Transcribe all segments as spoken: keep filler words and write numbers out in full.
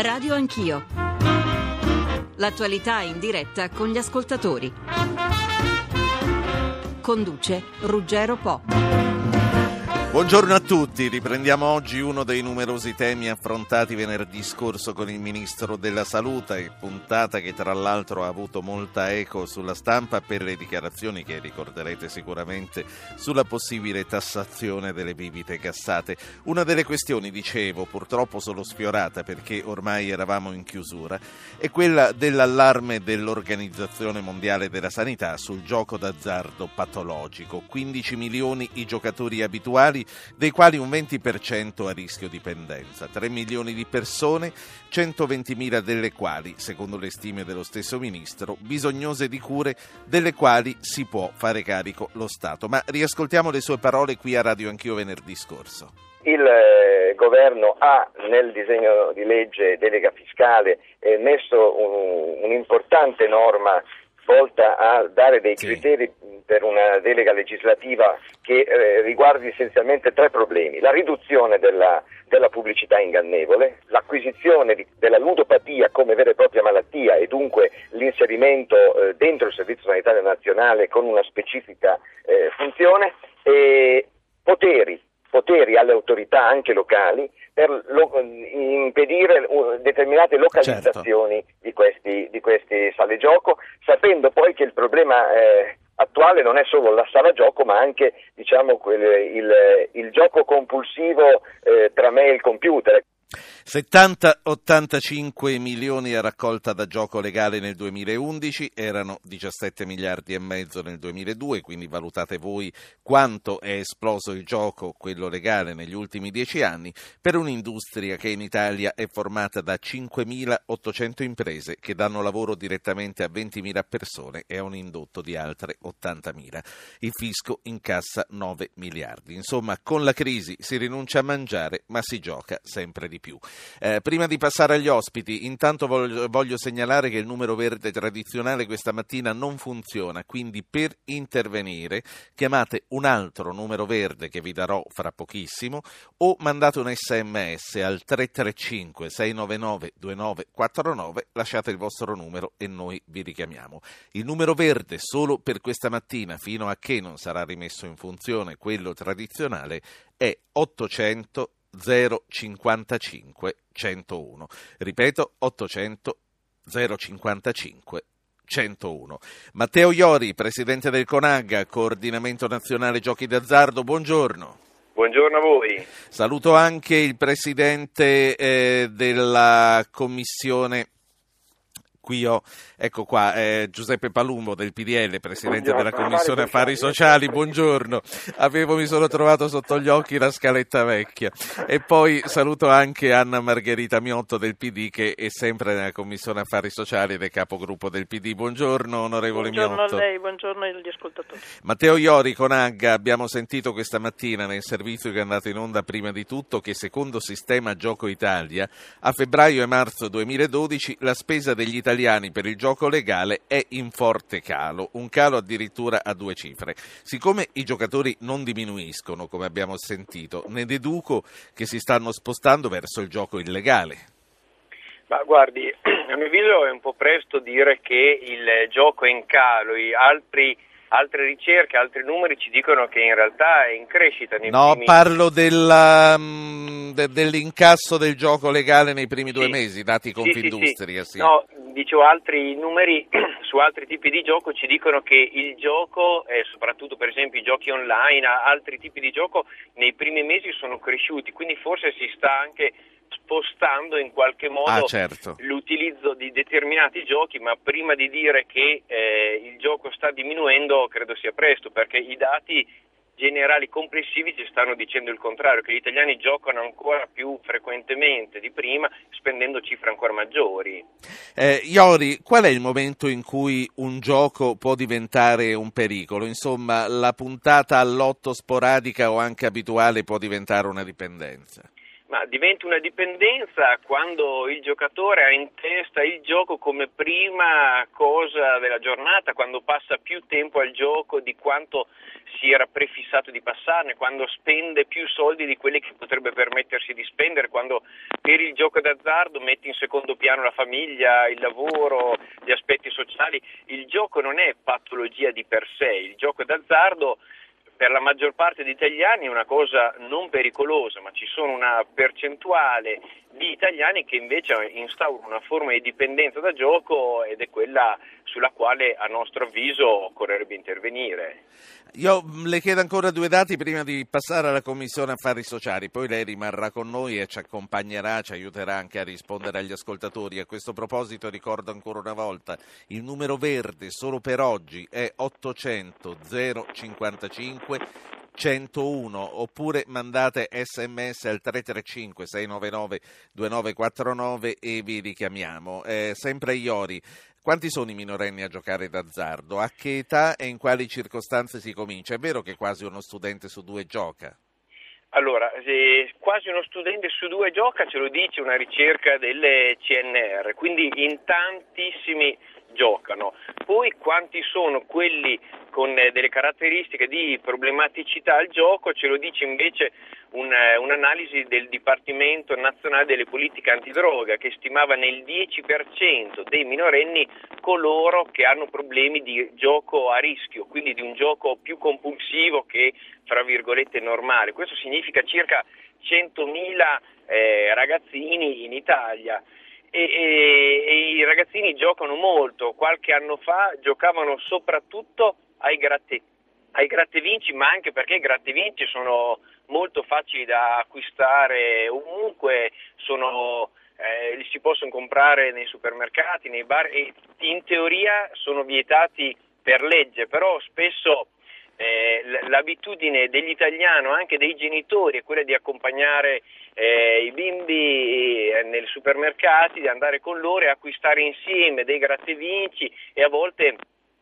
Radio Anch'io. L'attualità in diretta con gli ascoltatori. Conduce Ruggero Po. Buongiorno a tutti, riprendiamo oggi uno dei numerosi temi affrontati venerdì scorso con il Ministro della Salute, puntata che tra l'altro ha avuto molta eco sulla stampa per le dichiarazioni che ricorderete sicuramente sulla possibile tassazione delle bibite gassate. Una delle questioni, dicevo, purtroppo solo sfiorata perché ormai eravamo in chiusura, è quella dell'allarme dell'Organizzazione Mondiale della Sanità sul gioco d'azzardo patologico. quindici milioni i giocatori abituali, dei quali un venti per cento a rischio dipendenza, tre milioni di persone, centoventimila delle quali, secondo le stime dello stesso Ministro, bisognose di cure delle quali si può fare carico lo Stato. Ma riascoltiamo le sue parole qui a Radio Anch'io venerdì scorso. Il eh, governo ha nel disegno di legge delega fiscale eh, messo un, un'importante norma volta a dare dei criteri sì. per una delega legislativa che eh, riguardi essenzialmente tre problemi: la riduzione della, della pubblicità ingannevole, l'acquisizione di, della ludopatia come vera e propria malattia e dunque l'inserimento eh, dentro il Servizio Sanitario Nazionale con una specifica eh, funzione, e poteri poteri alle autorità anche locali per lo, impedire uh, determinate localizzazioni certo. di questi di questi sale gioco, sapendo poi che il problema eh, attuale non è solo la sala gioco, ma anche diciamo quel, il, il gioco compulsivo eh, tra me e il computer. settanta ottantacinque milioni a raccolta da gioco legale nel duemilaundici, erano diciassette miliardi e mezzo nel duemiladue, quindi valutate voi quanto è esploso il gioco, quello legale, negli ultimi dieci anni, per un'industria che in Italia è formata da cinquemilaottocento imprese che danno lavoro direttamente a ventimila persone e a un indotto di altre ottantamila. Il fisco incassa nove miliardi. Insomma, con la crisi si rinuncia a mangiare, ma si gioca sempre di più. Eh, prima di passare agli ospiti, intanto voglio, voglio segnalare che il numero verde tradizionale questa mattina non funziona, quindi per intervenire chiamate un altro numero verde che vi darò fra pochissimo o mandate un sms al tre tre cinque sei nove nove due nove quattro nove, lasciate il vostro numero e noi vi richiamiamo. Il numero verde solo per questa mattina, fino a che non sarà rimesso in funzione quello tradizionale, è ottocento zero cinquantacinque centouno. Ripeto, ottocento zero cinquantacinque centouno. Matteo Iori, presidente del CONAG, Coordinamento Nazionale Giochi d'Azzardo, buongiorno. Buongiorno a voi. Saluto anche il presidente eh, della commissione. Qui ho, ecco qua, eh, Giuseppe Palumbo del P D L, presidente buongiorno. della Commissione Affari Sociali, buongiorno. Avevo, mi sono trovato sotto gli occhi la scaletta vecchia. E poi saluto anche Anna Margherita Miotto del P D, che è sempre nella Commissione Affari Sociali ed è capogruppo del P D. Buongiorno onorevole buongiorno Miotto. Buongiorno a lei, buongiorno agli ascoltatori. Matteo Iori, CONAG, abbiamo sentito questa mattina nel servizio che è andato in onda prima di tutto che secondo Sistema Gioco Italia a febbraio e marzo duemiladodici la spesa degli italiani italiani per il gioco legale è in forte calo, un calo addirittura a due cifre. Siccome i giocatori non diminuiscono, come abbiamo sentito, ne deduco che si stanno spostando verso il gioco illegale. Ma guardi, a mio avviso è un po' presto dire che il gioco è in calo, i altri Altre ricerche, altri numeri ci dicono che in realtà è in crescita. Nei no, primi... parlo della, de, dell'incasso del gioco legale nei primi sì. due mesi, dati Confindustria. Sì, sì, sì. Sì. No, dicevo, altri numeri su altri tipi di gioco ci dicono che il gioco, eh, soprattutto per esempio i giochi online, altri tipi di gioco, nei primi mesi sono cresciuti, quindi forse si sta anche spostando in qualche modo ah, certo. l'utilizzo di determinati giochi, ma prima di dire che eh, il gioco sta diminuendo credo sia presto, perché i dati generali complessivi ci stanno dicendo il contrario, che gli italiani giocano ancora più frequentemente di prima, spendendo cifre ancora maggiori. Eh, Iori, qual è il momento in cui un gioco può diventare un pericolo? Insomma, la puntata all'otto sporadica o anche abituale può diventare una dipendenza? Ma diventa una dipendenza quando il giocatore ha in testa il gioco come prima cosa della giornata, quando passa più tempo al gioco di quanto si era prefissato di passarne, quando spende più soldi di quelli che potrebbe permettersi di spendere, quando per il gioco d'azzardo mette in secondo piano la famiglia, il lavoro, gli aspetti sociali. Il gioco non è patologia di per sé, il gioco d'azzardo per la maggior parte degli italiani è una cosa non pericolosa, ma ci sono una percentuale di italiani che invece instaurano una forma di dipendenza da gioco ed è quella sulla quale a nostro avviso occorrerebbe intervenire. Io le chiedo ancora due dati prima di passare alla Commissione Affari Sociali, poi lei rimarrà con noi e ci accompagnerà, ci aiuterà anche a rispondere agli ascoltatori. A questo proposito ricordo ancora una volta, il numero verde solo per oggi è ottocento zero cinquantacinque centouno, oppure mandate sms al tre tre cinque sei nove nove due nove quattro nove e vi richiamiamo. Eh, sempre Iori, quanti sono i minorenni a giocare d'azzardo? A che età e in quali circostanze si comincia? È vero che quasi uno studente su due gioca? Allora, eh, quasi uno studente su due gioca, ce lo dice una ricerca delle C N R, quindi in tantissimi giocano. Poi quanti sono quelli con eh, delle caratteristiche di problematicità al gioco, ce lo dice invece un, eh, un'analisi del Dipartimento Nazionale delle Politiche Antidroga, che stimava nel dieci per cento dei minorenni coloro che hanno problemi di gioco a rischio, quindi di un gioco più compulsivo che tra virgolette normale. Questo significa circa centomila eh, ragazzini in Italia. E, e, e i ragazzini giocano molto. Qualche anno fa giocavano soprattutto ai gratte, ai grattevinci, ma anche perché i grattevinci sono molto facili da acquistare ovunque, sono, eh, li si possono comprare nei supermercati, nei bar, e in teoria sono vietati per legge, però spesso Eh, l'abitudine degli italiani, anche dei genitori, è quella di accompagnare eh, i bimbi eh, nei supermercati, di andare con loro e acquistare insieme dei grattevinci, e a volte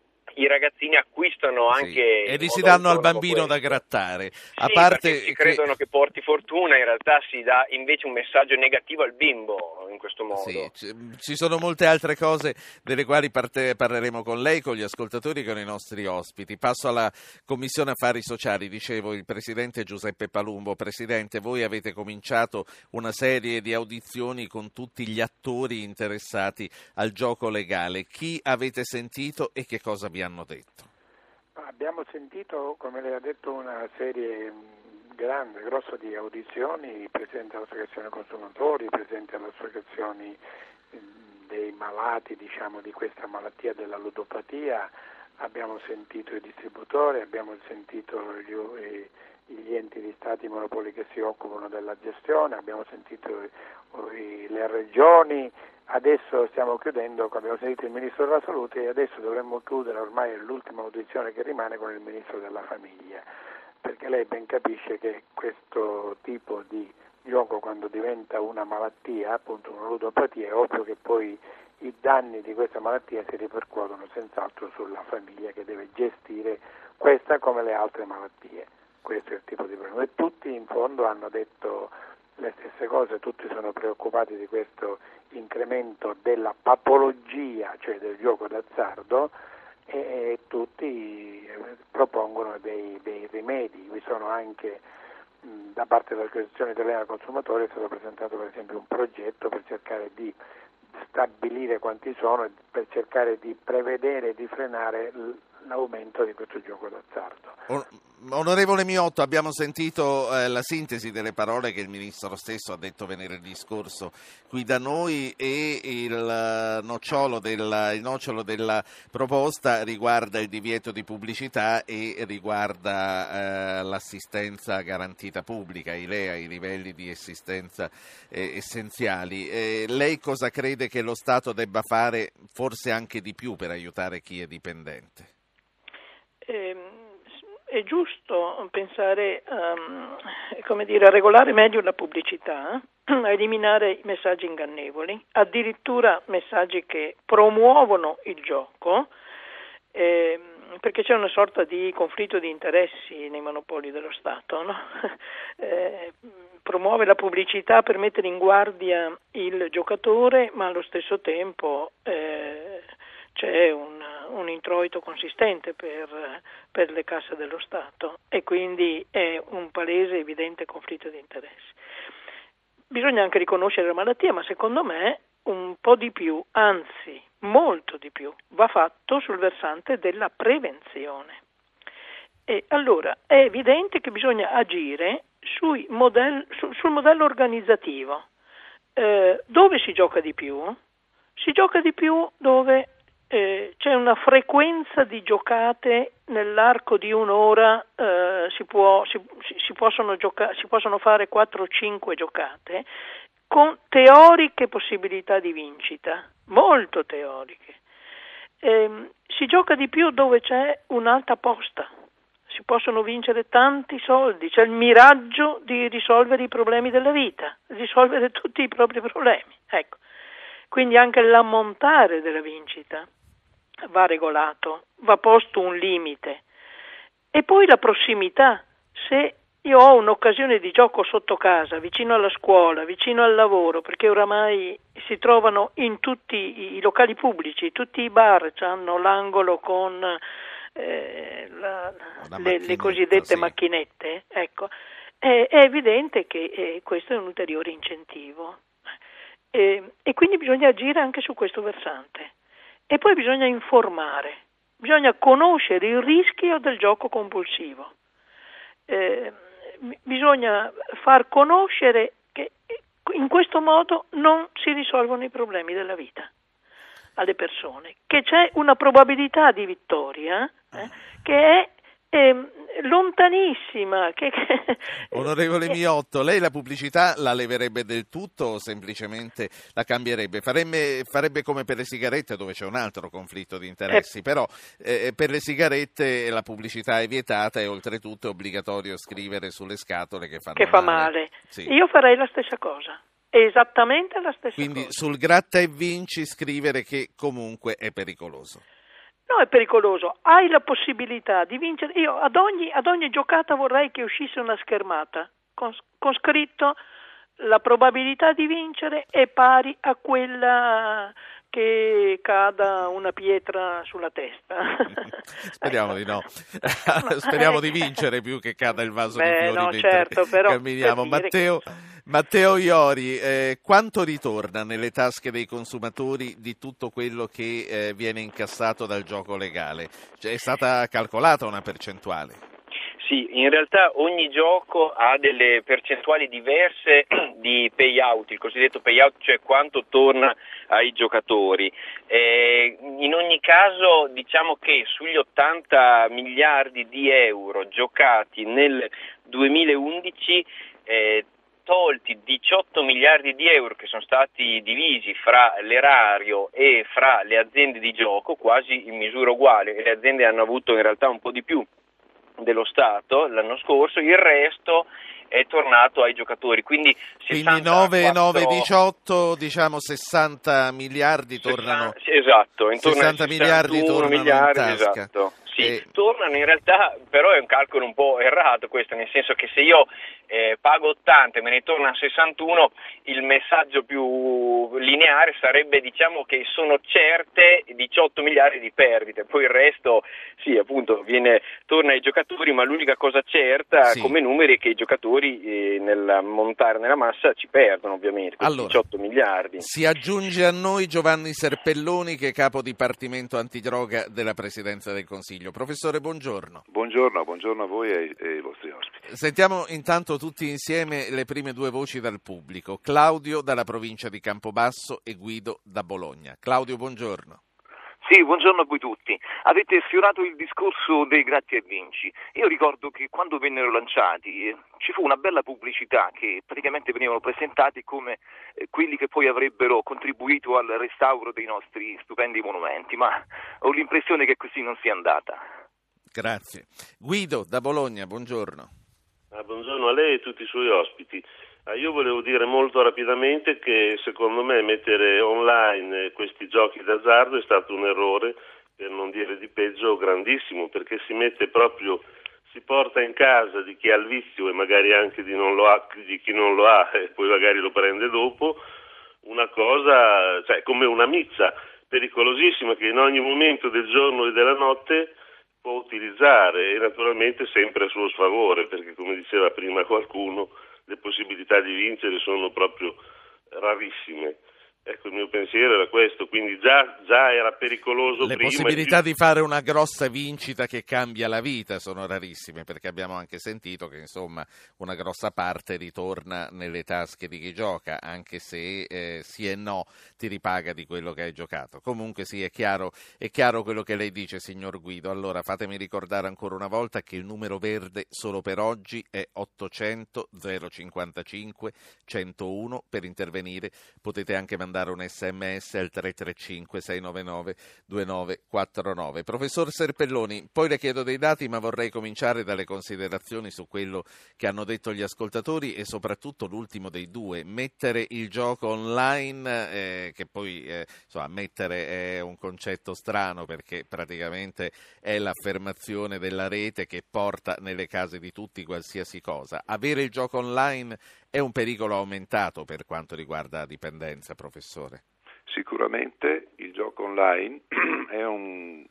i ragazzini acquistano anche... Sì. E li si danno al bambino questo. da grattare. A sì, parte si credono che... che porti fortuna, in realtà si dà invece un messaggio negativo al bimbo in questo modo. Sì, ci sono molte altre cose delle quali parte, parleremo con lei, con gli ascoltatori, con i nostri ospiti. Passo alla Commissione Affari Sociali. Dicevo, il Presidente Giuseppe Palumbo. Presidente, voi avete cominciato una serie di audizioni con tutti gli attori interessati al gioco legale. Chi avete sentito e che cosa vi hanno detto? Abbiamo sentito, come lei ha detto, una serie grande, grossa di audizioni, presenti all'associazione consumatori, presenti alle associazioni dei malati, diciamo, di questa malattia della ludopatia. Abbiamo sentito i distributori, abbiamo sentito gli, gli enti di Stati monopoli che si occupano della gestione, abbiamo sentito le regioni. Adesso stiamo chiudendo, abbiamo sentito il Ministro della Salute, e adesso dovremmo chiudere, ormai è l'ultima audizione che rimane, con il Ministro della Famiglia, perché lei ben capisce che questo tipo di gioco, quando diventa una malattia, appunto una ludopatia, è ovvio che poi i danni di questa malattia si ripercuotono senz'altro sulla famiglia, che deve gestire questa come le altre malattie. Questo è il tipo di problema. E tutti in fondo hanno detto le stesse cose, tutti sono preoccupati di questo incremento della patologia, cioè del gioco d'azzardo, e, e tutti propongono dei, dei rimedi. Vi sono anche mh, da parte dell'Associazione Italiana Consumatori è stato presentato per esempio un progetto per cercare di stabilire quanti sono e per cercare di prevedere e di frenare l'aumento di questo gioco d'azzardo. Onorevole Miotto, abbiamo sentito eh, la sintesi delle parole che il Ministro stesso ha detto venerdì scorso qui da noi, e il, uh, nocciolo della, il nocciolo della proposta riguarda il divieto di pubblicità e riguarda eh, l'assistenza garantita pubblica, i L E A, i livelli di assistenza eh, essenziali. Eh, lei cosa crede che lo Stato debba fare, forse anche di più, per aiutare chi è dipendente? Eh... È giusto pensare um, come dire, a regolare meglio la pubblicità, a eliminare i messaggi ingannevoli, addirittura messaggi che promuovono il gioco, eh, perché c'è una sorta di conflitto di interessi nei monopoli dello Stato, no? eh, promuove la pubblicità per mettere in guardia il giocatore, ma allo stesso tempo eh, c'è un, un introito consistente per, per le casse dello Stato e quindi è un palese evidente conflitto di interessi. Bisogna anche riconoscere la malattia, ma secondo me un po' di più, anzi molto di più, va fatto sul versante della prevenzione. E allora è evidente che bisogna agire sui model, su, sul modello organizzativo. Eh, dove si gioca di più? Si gioca di più dove eh, c'è una frequenza di giocate nell'arco di un'ora, eh, si, può, si, si, possono gioca- si possono fare quattro o cinque giocate con teoriche possibilità di vincita, molto teoriche. Eh, si gioca di più dove c'è un'alta posta, si possono vincere tanti soldi, c'è il miraggio di risolvere i problemi della vita, risolvere tutti i propri problemi. Ecco. Quindi anche l'ammontare della vincita va regolato, va posto un limite. E poi la prossimità, se io ho un'occasione di gioco sotto casa, vicino alla scuola, vicino al lavoro, perché oramai si trovano in tutti i locali pubblici, tutti i bar hanno l'angolo con eh, la, le, le cosiddette sì. macchinette, ecco, è, è evidente che eh, questo è un ulteriore incentivo eh, e quindi bisogna agire anche su questo versante. E poi bisogna informare, bisogna conoscere il rischio del gioco compulsivo. Eh, bisogna far conoscere che in questo modo non si risolvono i problemi della vita alle persone, che c'è una probabilità di vittoria eh, che è eh, lontanissima. Che, che, Onorevole che... Miotto, lei la pubblicità la leverebbe del tutto o semplicemente la cambierebbe? Farebbe, farebbe come per le sigarette, dove c'è un altro conflitto di interessi, eh. però eh, per le sigarette la pubblicità è vietata e oltretutto è obbligatorio scrivere sulle scatole che fanno che fa male. male. Sì. Io farei la stessa cosa. Esattamente la stessa Quindi cosa. Sul gratta e vinci scrivere che comunque è pericoloso. No, è pericoloso. Hai la possibilità di vincere. Io ad ogni, ad ogni giocata vorrei che uscisse una schermata con, con scritto la probabilità di vincere è pari a quella che cada una pietra sulla testa. Speriamo di no. Speriamo di vincere più che cada il vaso Beh, di fiori no, mentre certo, però camminiamo. per Matteo, che... Matteo Iori, eh, quanto ritorna nelle tasche dei consumatori di tutto quello che eh, viene incassato dal gioco legale? Cioè, è stata calcolata una percentuale? Sì, in realtà ogni gioco ha delle percentuali diverse di payout, il cosiddetto payout, cioè quanto torna ai giocatori. Eh, in ogni caso diciamo che sugli ottanta miliardi di euro giocati nel duemilaundici, eh, tolti diciotto miliardi di euro che sono stati divisi fra l'erario e fra le aziende di gioco, quasi in misura uguale, e le aziende hanno avuto in realtà un po' di più dello Stato l'anno scorso, il resto è tornato ai giocatori, quindi, quindi nove, nove, diciotto, diciamo sessanta miliardi tornano, sessanta, esatto, intorno sessanta miliardi tornano miliardi, in tasca. Esatto. Sì, e... tornano in realtà, però è un calcolo un po' errato questo, nel senso che se io eh, pago ottanta e me ne torna sessantuno, il messaggio più lineare sarebbe, diciamo, che sono certe diciotto miliardi di perdite, poi il resto sì, appunto, viene, torna ai giocatori, ma l'unica cosa certa sì. come numeri è che i giocatori eh, nel montare nella massa ci perdono, ovviamente, allora, diciotto miliardi. Si aggiunge a noi Giovanni Serpelloni, che è capo dipartimento antidroga della Presidenza del Consiglio. Professore, buongiorno. Buongiorno, buongiorno a voi e, e ai vostri ospiti. Sentiamo intanto tutti insieme le prime due voci dal pubblico. Claudio dalla provincia di Campobasso e Guido da Bologna. Claudio, buongiorno. Sì, buongiorno a voi tutti. Avete sfiorato il discorso dei gratti e vinci. Io ricordo che quando vennero lanciati eh, ci fu una bella pubblicità che praticamente venivano presentati come eh, quelli che poi avrebbero contribuito al restauro dei nostri stupendi monumenti, ma ho l'impressione che così non sia andata. Grazie. Guido da Bologna, buongiorno. Ah, buongiorno a lei e a tutti i suoi ospiti. Ah, io volevo dire molto rapidamente che secondo me mettere online questi giochi d'azzardo è stato un errore, per non dire dire, di peggio grandissimo, perché si mette proprio, si porta in casa di chi ha il vizio e magari anche di, non lo ha, di chi non lo ha e poi magari lo prende dopo, una cosa, cioè come una mizza pericolosissima che in ogni momento del giorno e della notte può utilizzare, e naturalmente sempre a suo sfavore, perché come diceva prima qualcuno, le possibilità di vincere sono proprio rarissime. Ecco, il mio pensiero era questo, quindi già, già era pericoloso Le prima. possibilità di... di fare una grossa vincita che cambia la vita sono rarissime, perché abbiamo anche sentito che insomma una grossa parte ritorna nelle tasche di chi gioca, anche se eh, sì e no ti ripaga di quello che hai giocato. Comunque sì, è chiaro, è chiaro quello che lei dice, signor Guido. Allora fatemi ricordare ancora una volta che il numero verde solo per oggi è ottocento zero cinquantacinque centouno. Per intervenire potete anche mandare un sms al tre tre cinque sei nove nove due nove quattro nove. Professor Serpelloni, poi le chiedo dei dati, ma vorrei cominciare dalle considerazioni su quello che hanno detto gli ascoltatori e soprattutto l'ultimo dei due, mettere il gioco online, eh, che poi eh, insomma, mettere è un concetto strano perché praticamente è l'affermazione della rete che porta nelle case di tutti qualsiasi cosa. Avere il gioco online è un pericolo aumentato per quanto riguarda la dipendenza, professore? Sicuramente il gioco online è un,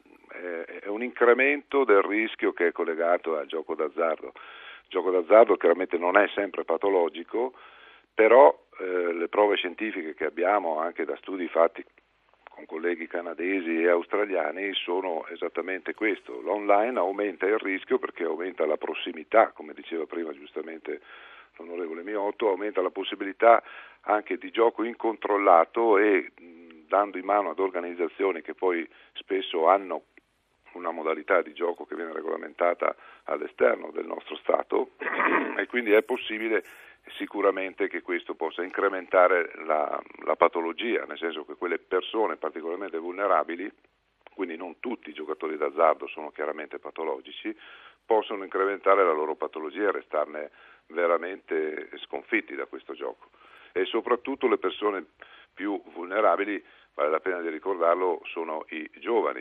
è un incremento del rischio che è collegato al gioco d'azzardo. Il gioco d'azzardo chiaramente non è sempre patologico, però eh, le prove scientifiche che abbiamo anche da studi fatti con colleghi canadesi e australiani sono esattamente questo. L'online aumenta il rischio perché aumenta la prossimità, come diceva prima giustamente l'onorevole Miotto, aumenta la possibilità anche di gioco incontrollato e mh, dando in mano ad organizzazioni che poi spesso hanno una modalità di gioco che viene regolamentata all'esterno del nostro Stato e quindi è possibile sicuramente che questo possa incrementare la, la patologia, nel senso che quelle persone particolarmente vulnerabili, quindi non tutti i giocatori d'azzardo sono chiaramente patologici, possono incrementare la loro patologia e restarne veramente sconfitti da questo gioco. E soprattutto le persone più vulnerabili, vale la pena di ricordarlo, sono i giovani.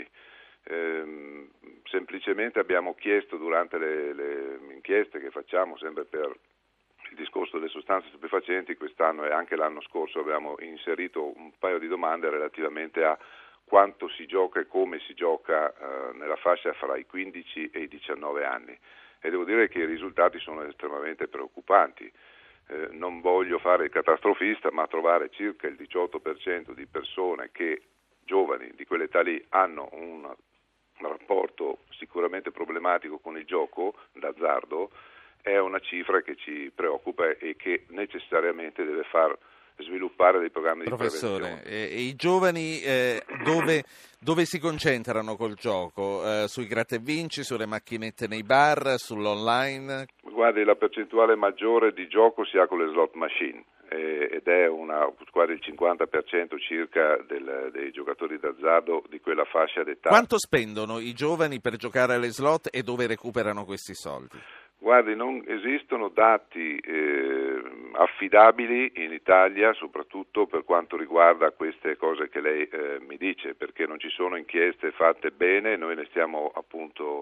Ehm, semplicemente abbiamo chiesto durante le, le inchieste che facciamo sempre per il discorso delle sostanze stupefacenti, quest'anno e anche l'anno scorso abbiamo inserito un paio di domande relativamente a quanto si gioca e come si gioca eh, nella fascia fra i quindici e i diciannove anni, e devo dire che i risultati sono estremamente preoccupanti. Eh, non voglio fare il catastrofista, ma trovare circa il diciotto per cento di persone che, giovani di quell'età lì, hanno un, un rapporto sicuramente problematico con il gioco d'azzardo è una cifra che ci preoccupa e che necessariamente deve far sviluppare dei programmi di Professore, prevenzione. Professore, eh, i giovani eh, dove, dove si concentrano col gioco? Eh, sui gratta e vinci, sulle macchinette nei bar, sull'online? Guardi, la percentuale maggiore di gioco si ha con le slot machine eh, ed è una, quasi il cinquanta per cento circa del, dei giocatori d'azzardo di quella fascia d'età. Quanto spendono i giovani per giocare alle slot e dove recuperano questi soldi? Guardi, non esistono dati eh, affidabili in Italia, soprattutto per quanto riguarda queste cose che lei eh, mi dice, perché non ci sono inchieste fatte bene, noi ne stiamo appunto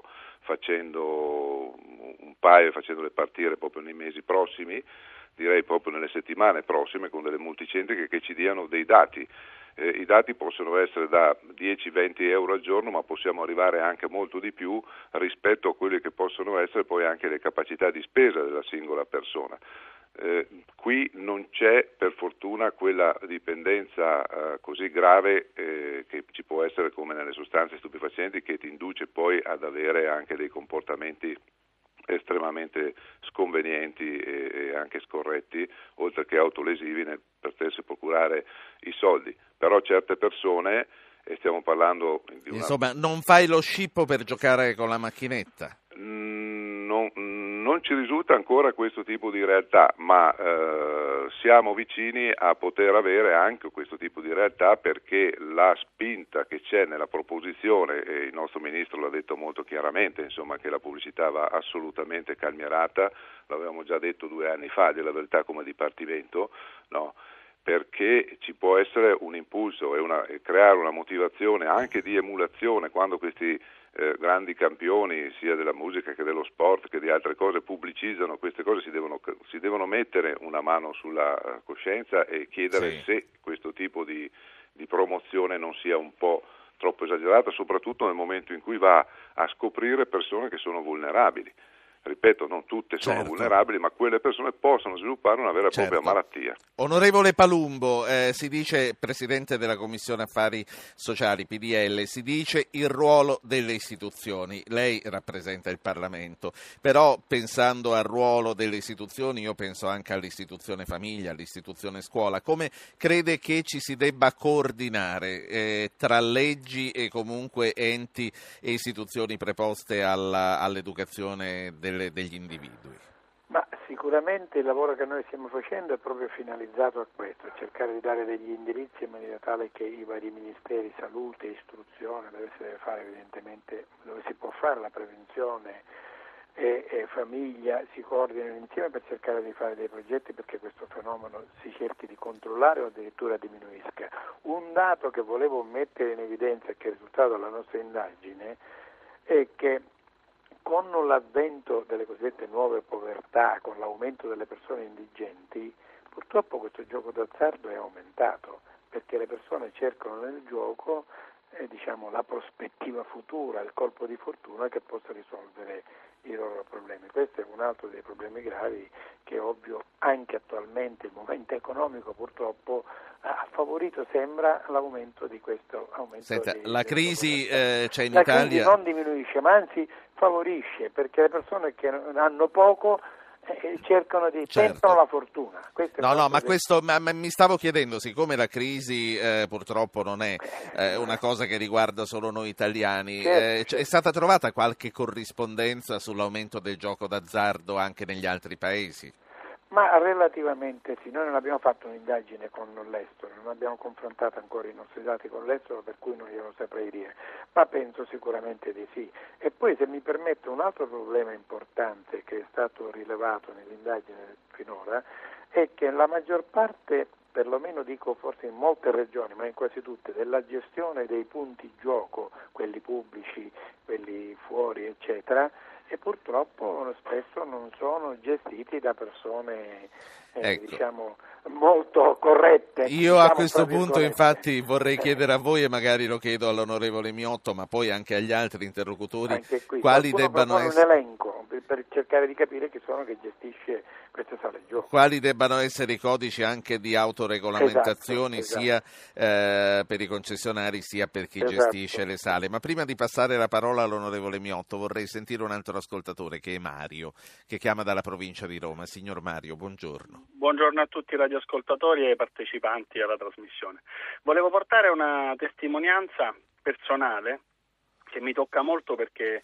facendo un paio, facendole partire proprio nei mesi prossimi, direi proprio nelle settimane prossime, con delle multicentriche che ci diano dei dati. Eh, I dati possono essere da dieci venti euro al giorno, ma possiamo arrivare anche molto di più rispetto a quelle che possono essere poi anche le capacità di spesa della singola persona. Eh, qui non c'è per fortuna quella dipendenza eh, così grave eh, che ci può essere come nelle sostanze stupefacenti, che ti induce poi ad avere anche dei comportamenti estremamente sconvenienti e, e anche scorretti, oltre che autolesivi nel potersi procurare i soldi. Però certe persone, e stiamo parlando di una... Insomma, non fai lo scippo per giocare con la macchinetta? Non, non ci risulta ancora questo tipo di realtà, ma eh, siamo vicini a poter avere anche questo tipo di realtà, perché la spinta che c'è nella proposizione, e il nostro Ministro l'ha detto molto chiaramente, insomma, che la pubblicità va assolutamente calmierata, l'avevamo già detto due anni fa, della verità come Dipartimento, no? perché ci può essere un impulso e, una, e creare una motivazione anche di emulazione quando questi eh, grandi campioni sia della musica che dello sport che di altre cose pubblicizzano queste cose, si devono, si devono mettere una mano sulla coscienza e chiedere sì. se questo tipo di, di promozione non sia un po' troppo esagerata, soprattutto nel momento in cui va a scoprire persone che sono vulnerabili. Ripeto, non tutte sono certo. vulnerabili, ma quelle persone possono sviluppare una vera e certo. propria malattia. Onorevole Palumbo, eh, si dice, Presidente della Commissione Affari Sociali, P D L, si dice il ruolo delle istituzioni. Lei rappresenta il Parlamento, però pensando al ruolo delle istituzioni io penso anche all'istituzione famiglia, all'istituzione scuola. Come crede che ci si debba coordinare eh, tra leggi e comunque enti e istituzioni preposte alla, all'educazione del degli individui? Ma sicuramente il lavoro che noi stiamo facendo è proprio finalizzato a questo, a cercare di dare degli indirizzi in maniera tale che i vari ministeri, salute, istruzione, dove si deve fare evidentemente, dove si può fare la prevenzione e, e famiglia, si coordinano insieme per cercare di fare dei progetti perché questo fenomeno si cerchi di controllare o addirittura diminuisca. Un dato che volevo mettere in evidenza e che è risultato dalla nostra indagine è che con l'avvento delle cosiddette nuove povertà, con l'aumento delle persone indigenti, purtroppo questo gioco d'azzardo è aumentato, perché le persone cercano nel gioco eh, diciamo, la prospettiva futura, il colpo di fortuna che possa risolvere i loro problemi. Questo è un altro dei problemi gravi che ovvio anche attualmente il momento economico purtroppo ha favorito, sembra, l'aumento di questo aumento. Senta, di, la crisi eh, c'è in la Italia. crisi non diminuisce, ma anzi favorisce, perché le persone che hanno poco eh, cercano di certo. tentano la fortuna. Questo no, no, ma questo ma, ma mi stavo chiedendo, siccome la crisi eh, purtroppo non è eh, una cosa che riguarda solo noi italiani, certo. eh, è stata trovata qualche corrispondenza sull'aumento del gioco d'azzardo anche negli altri paesi? Ma relativamente sì, noi non abbiamo fatto un'indagine con l'estero, non abbiamo confrontato ancora i nostri dati con l'estero, per cui non glielo saprei dire, ma penso sicuramente di sì. E poi, se mi permette, un altro problema importante che è stato rilevato nell'indagine finora è che la maggior parte, perlomeno dico forse in molte regioni, ma in quasi tutte, della gestione dei punti gioco, quelli pubblici, quelli fuori, eccetera, e purtroppo spesso non sono gestiti da persone eh, ecco. diciamo molto corrette. Io diciamo, a questo punto infatti vorrei chiedere a voi, e magari lo chiedo all'onorevole Miotto, ma poi anche agli altri interlocutori, qui, quali debbano essere un elenco per, per cercare di capire chi sono che gestisce queste sale gioco. Quali debbano essere i codici anche di autoregolamentazioni esatto, sia esatto. eh, per i concessionari sia per chi esatto. gestisce le sale. Ma prima di passare la parola all'onorevole Miotto vorrei sentire un altro ascoltatore che è Mario, che chiama dalla provincia di Roma. Signor Mario, buongiorno. Buongiorno a tutti i radioascoltatori e ai partecipanti alla trasmissione. Volevo portare una testimonianza personale che mi tocca molto perché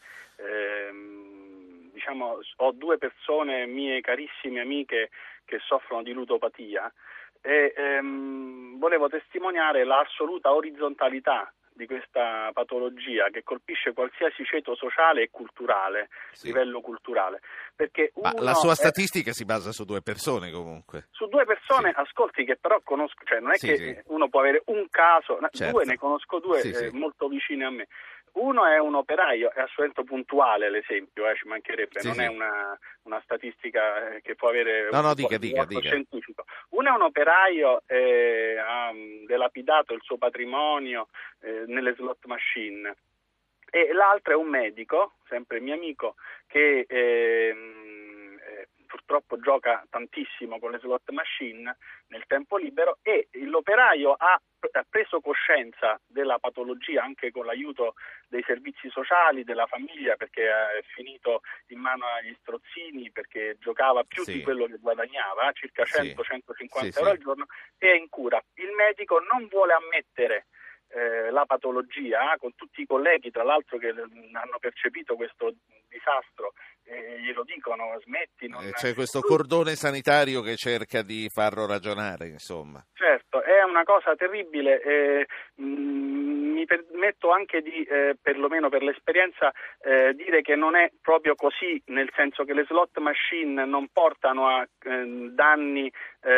ehm, diciamo ho due persone mie carissime amiche che soffrono di ludopatia e ehm, volevo testimoniare l'assoluta orizzontalità di questa patologia che colpisce qualsiasi ceto sociale e culturale, sì. livello culturale. Perché Ma uno la sua è... statistica si basa su due persone comunque. Su due persone, sì. ascolti, che però conosco, cioè non è sì, che sì. uno può avere un caso, certo. due ne conosco due sì, eh, sì. molto vicine a me. Uno è un operaio, è assolutamente puntuale l'esempio, eh, ci mancherebbe, sì, non sì. è una, una statistica che può avere no, un no, dica, dica, dica. scientifico. Uno è un operaio, eh, ha delapidato il suo patrimonio eh, nelle slot machine, e l'altro è un medico, sempre mio amico, che eh, eh, purtroppo gioca tantissimo con le slot machine nel tempo libero, e l'operaio ha ha preso coscienza della patologia anche con l'aiuto dei servizi sociali, della famiglia, perché è finito in mano agli strozzini perché giocava più sì. di quello che guadagnava, circa cento centocinquanta sì. euro sì. al giorno, e è in cura. Il medico non vuole ammettere eh, la patologia, con tutti i colleghi tra l'altro che hanno percepito questo disastro, eh, glielo dicono, smetti. Non... Eh, c'è questo cordone sanitario che cerca di farlo ragionare, insomma. Certo, è una cosa terribile. Eh, mh, mi permetto anche di, eh, perlomeno per l'esperienza, eh, dire che non è proprio così, nel senso che le slot machine non portano a eh, danni,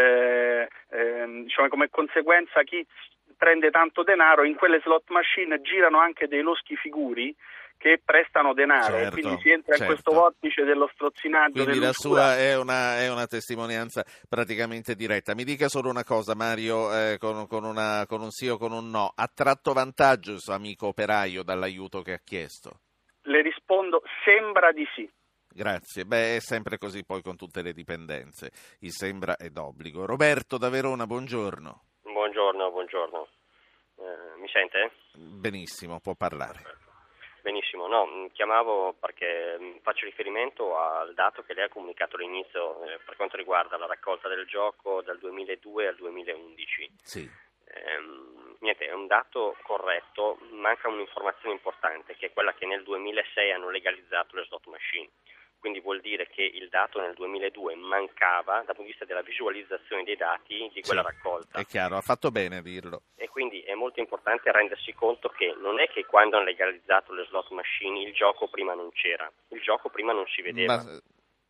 eh, eh, diciamo come conseguenza chi prende tanto denaro. In quelle slot machine girano anche dei loschi figuri che prestano denaro, certo, e quindi si entra certo. in questo vortice dello strozzinaggio. Quindi la sua è una, è una testimonianza praticamente diretta. Mi dica solo una cosa, Mario, eh, con, con, una, con un sì o con un no. Ha tratto vantaggio il suo amico operaio dall'aiuto che ha chiesto? Le rispondo, sembra di sì. Grazie, beh è sempre così poi con tutte le dipendenze, il sembra è d'obbligo. Roberto da Verona, buongiorno. Buongiorno, buongiorno. Eh, mi sente? Benissimo, può parlare. Benissimo, no, chiamavo perché faccio riferimento al dato che lei ha comunicato all'inizio eh, per quanto riguarda la raccolta del gioco dal duemiladue al duemilaundici. Sì. Ehm, niente, è un dato corretto, manca un'informazione importante che è quella che nel duemilasei hanno legalizzato le slot machine. Quindi vuol dire che il dato nel duemiladue mancava dal punto di vista della visualizzazione dei dati di quella sì, raccolta. È chiaro, ha fatto bene a dirlo. E quindi è molto importante rendersi conto che non è che quando hanno legalizzato le slot machine il gioco prima non c'era, il gioco prima non si vedeva. Ma...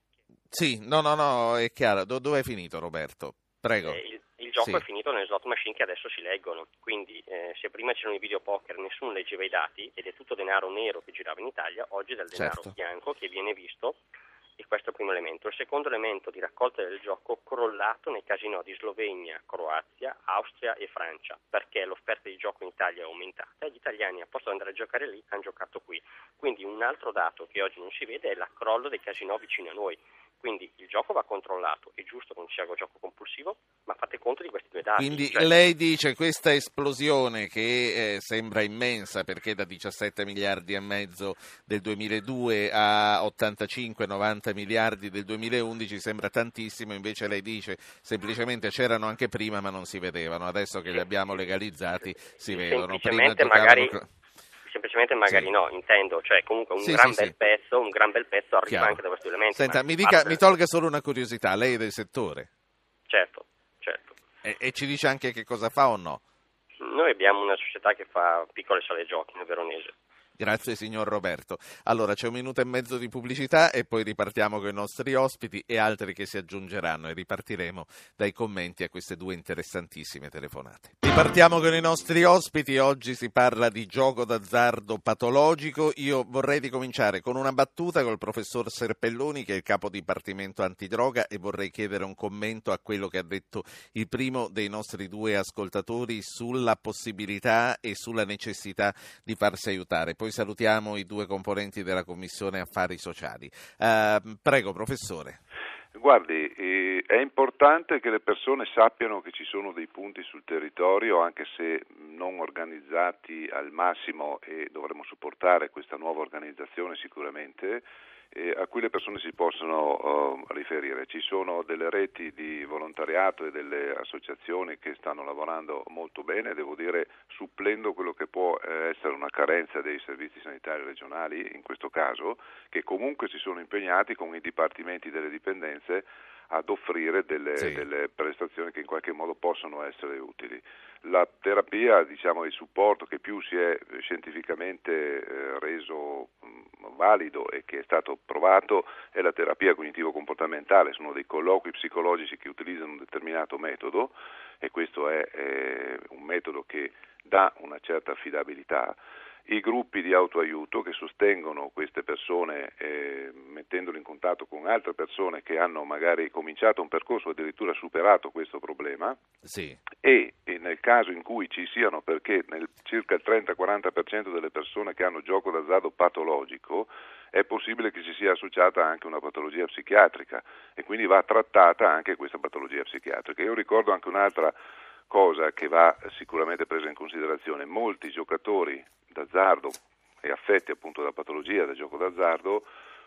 Sì, no, no, no, è chiaro. Do- dove è finito Roberto? Prego. Eh, il, il gioco sì. è finito nelle slot machine che adesso si leggono, quindi eh, se prima c'erano i videopoker nessuno leggeva i dati ed è tutto denaro nero che girava in Italia, oggi è del denaro certo. bianco che viene visto. E questo è il primo elemento. Il secondo elemento di raccolta del gioco crollato nei casinò di Slovenia, Croazia, Austria e Francia, perché l'offerta di gioco in Italia è aumentata e gli italiani, a posto di andare a giocare lì, hanno giocato qui. Quindi un altro dato che oggi non si vede è l'accrollo dei casinò vicino a noi. Quindi il gioco va controllato, è giusto che non sia un gioco compulsivo, ma fate conto di questi due dati. Quindi cioè... lei dice questa esplosione che eh, sembra immensa perché da diciassette miliardi e mezzo del duemiladue a ottantacinque novanta miliardi del duemilaundici sembra tantissimo, invece lei dice semplicemente c'erano anche prima ma non si vedevano, adesso che li abbiamo legalizzati si vedono. Prima magari... giocavano... Semplicemente magari sì. no, intendo, cioè comunque un sì, gran sì, bel sì. pezzo, un gran bel pezzo arriva Chiaro. anche da questi elementi. Senta, mi dica, parte... mi tolga solo una curiosità, lei è del settore? Certo, certo. E, e ci dice anche che cosa fa o no? Noi abbiamo una società che fa piccole sale giochi nel Veronese. Grazie signor Roberto. Allora c'è un minuto e mezzo di pubblicità e poi ripartiamo con i nostri ospiti e altri che si aggiungeranno e ripartiremo dai commenti a queste due interessantissime telefonate. Ripartiamo con i nostri ospiti, oggi si parla di gioco d'azzardo patologico. Io vorrei ricominciare con una battuta col professor Serpelloni che è il capo dipartimento antidroga e vorrei chiedere un commento a quello che ha detto il primo dei nostri due ascoltatori sulla possibilità e sulla necessità di farsi aiutare. Poi salutiamo i due componenti della Commissione Affari Sociali. Uh, prego, professore. Guardi, eh, è importante che le persone sappiano che ci sono dei punti sul territorio, anche se non organizzati al massimo, e dovremo supportare questa nuova organizzazione sicuramente, eh, a cui le persone si possono uh, riferire. Ci sono delle reti di volontariato e delle associazioni che stanno lavorando molto bene, devo dire supplendo quello che può eh, essere una carenza dei servizi sanitari regionali, in questo caso, che comunque si sono impegnati con i dipartimenti delle dipendenze ad offrire delle, sì. delle prestazioni che in qualche modo possono essere utili. La terapia, diciamo, il supporto che più si è scientificamente eh, reso mh, valido e che è stato provato è la terapia cognitivo-comportamentale, sono dei colloqui psicologici che utilizzano un determinato metodo e questo è eh, un metodo che dà una certa affidabilità. I gruppi di autoaiuto che sostengono queste persone eh, mettendole in contatto con altre persone che hanno magari cominciato un percorso o addirittura superato questo problema sì. e, e nel caso in cui ci siano, perché nel circa il trenta quaranta per cento delle persone che hanno gioco d'azzardo patologico è possibile che ci sia associata anche una patologia psichiatrica e quindi va trattata anche questa patologia psichiatrica. Io ricordo anche un'altra cosa che va sicuramente presa in considerazione: molti giocatori d'azzardo e affetti appunto da patologia del gioco d'azzardo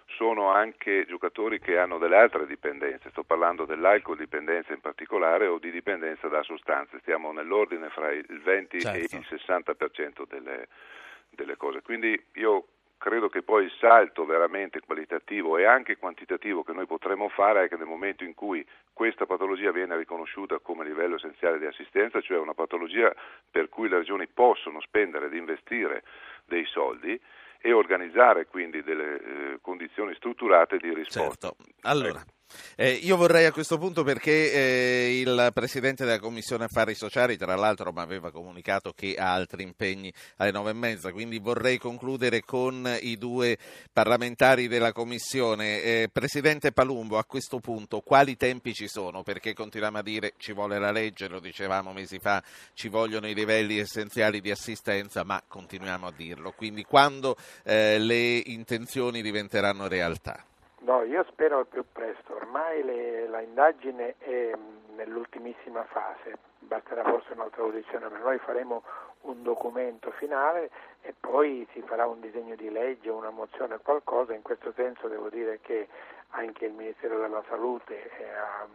sono anche giocatori che hanno delle altre dipendenze, sto parlando dell'alcol dipendenza in particolare o di dipendenza da sostanze, stiamo nell'ordine fra il venti certo. e il sessanta per cento delle, delle cose, quindi io credo che poi il salto veramente qualitativo e anche quantitativo che noi potremo fare è che nel momento in cui questa patologia viene riconosciuta come livello essenziale di assistenza, cioè una patologia per cui le regioni possono spendere ed investire dei soldi e organizzare quindi delle eh, condizioni strutturate di risposta. Certo. Allora, eh, io vorrei a questo punto, perché eh, il Presidente della Commissione Affari Sociali tra l'altro mi aveva comunicato che ha altri impegni alle nove e mezza, quindi vorrei concludere con i due parlamentari della Commissione. Eh, Presidente Palumbo, a questo punto quali tempi ci sono? Perché continuiamo a dire ci vuole la legge, lo dicevamo mesi fa, ci vogliono i livelli essenziali di assistenza, ma continuiamo a dirlo, quindi quando eh, le intenzioni diventeranno realtà? No, io spero al più presto, ormai le, la indagine è nell'ultimissima fase, basterà forse un'altra audizione, ma noi faremo un documento finale e poi si farà un disegno di legge, una mozione, qualcosa. In questo senso devo dire che anche il Ministero della Salute ha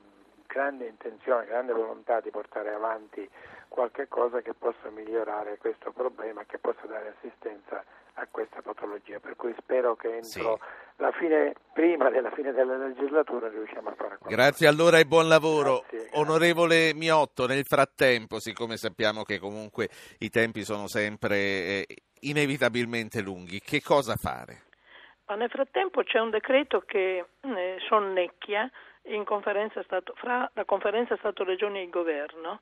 grande intenzione, grande volontà di portare avanti qualche cosa che possa migliorare questo problema, che possa dare assistenza a questa patologia, per cui spero che entro sì. la fine, prima della fine della legislatura riusciamo a fare qualcosa. Grazie allora e buon lavoro. Grazie, grazie. Onorevole Miotto, nel frattempo, siccome sappiamo che comunque i tempi sono sempre eh, inevitabilmente lunghi, che cosa fare? Ma nel frattempo c'è un decreto che eh, sonnecchia in conferenza stato, fra la conferenza Stato-Regioni e il Governo,